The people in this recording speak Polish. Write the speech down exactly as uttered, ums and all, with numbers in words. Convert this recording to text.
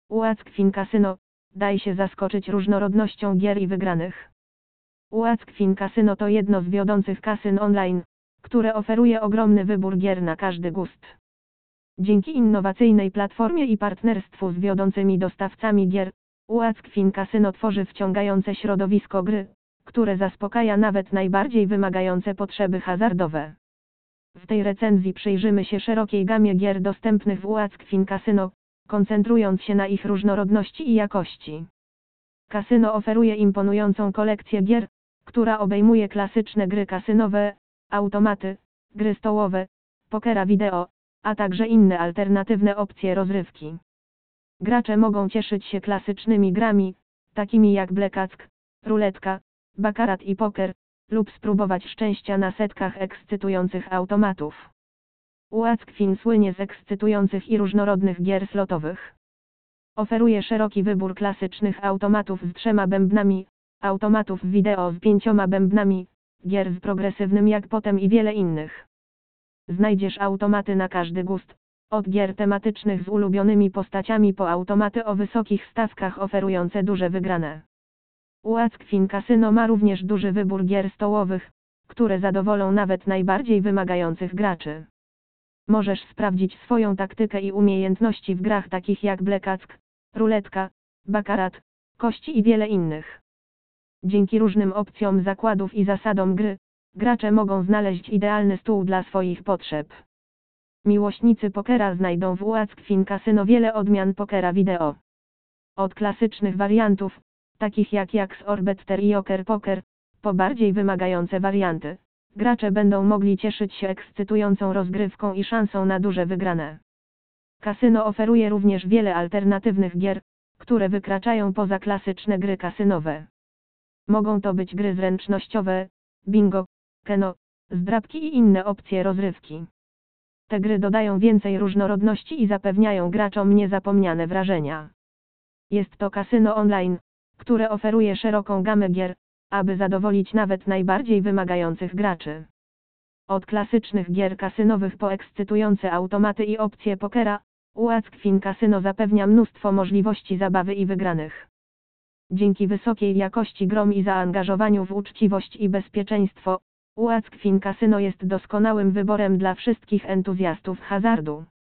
Uackfin Casino, daj się zaskoczyć różnorodnością gier i wygranych. Uackfin Casino to jedno z wiodących kasyn online, które oferuje ogromny wybór gier na każdy gust. Dzięki innowacyjnej platformie i partnerstwu z wiodącymi dostawcami gier, Uackfin Casino tworzy wciągające środowisko gry, które zaspokaja nawet najbardziej wymagające potrzeby hazardowe. W tej recenzji przyjrzymy się szerokiej gamie gier dostępnych w Uackfin Casino, koncentrując się na ich różnorodności i jakości. Kasyno oferuje imponującą kolekcję gier, która obejmuje klasyczne gry kasynowe, automaty, gry stołowe, pokera wideo, a także inne alternatywne opcje rozrywki. Gracze mogą cieszyć się klasycznymi grami, takimi jak blackjack, ruletka, baccarat i poker, lub spróbować szczęścia na setkach ekscytujących automatów. Uackfin słynie z ekscytujących i różnorodnych gier slotowych. Oferuje szeroki wybór klasycznych automatów z trzema bębnami, automatów wideo z pięcioma bębnami, gier z progresywnym jackpotem i wiele innych. Znajdziesz automaty na każdy gust, od gier tematycznych z ulubionymi postaciami po automaty o wysokich stawkach oferujące duże wygrane. Uackfin Casino ma również duży wybór gier stołowych, które zadowolą nawet najbardziej wymagających graczy. Możesz sprawdzić swoją taktykę i umiejętności w grach takich jak blackjack, ruletka, baccarat, kości i wiele innych. Dzięki różnym opcjom zakładów i zasadom gry, gracze mogą znaleźć idealny stół dla swoich potrzeb. Miłośnicy pokera znajdą w Uackfin Casino wiele odmian pokera wideo. Od klasycznych wariantów, takich jak Jacks or Better i Joker Poker, po bardziej wymagające warianty, gracze będą mogli cieszyć się ekscytującą rozgrywką i szansą na duże wygrane. Kasyno oferuje również wiele alternatywnych gier, które wykraczają poza klasyczne gry kasynowe. Mogą to być gry zręcznościowe, bingo, keno, zdrabki i inne opcje rozrywki. Te gry dodają więcej różnorodności i zapewniają graczom niezapomniane wrażenia. Jest to kasyno online, które oferuje szeroką gamę gier, aby zadowolić nawet najbardziej wymagających graczy. Od klasycznych gier kasynowych po ekscytujące automaty i opcje pokera, Uackfin Casino zapewnia mnóstwo możliwości zabawy i wygranych. Dzięki wysokiej jakości grom i zaangażowaniu w uczciwość i bezpieczeństwo, Uackfin Casino jest doskonałym wyborem dla wszystkich entuzjastów hazardu.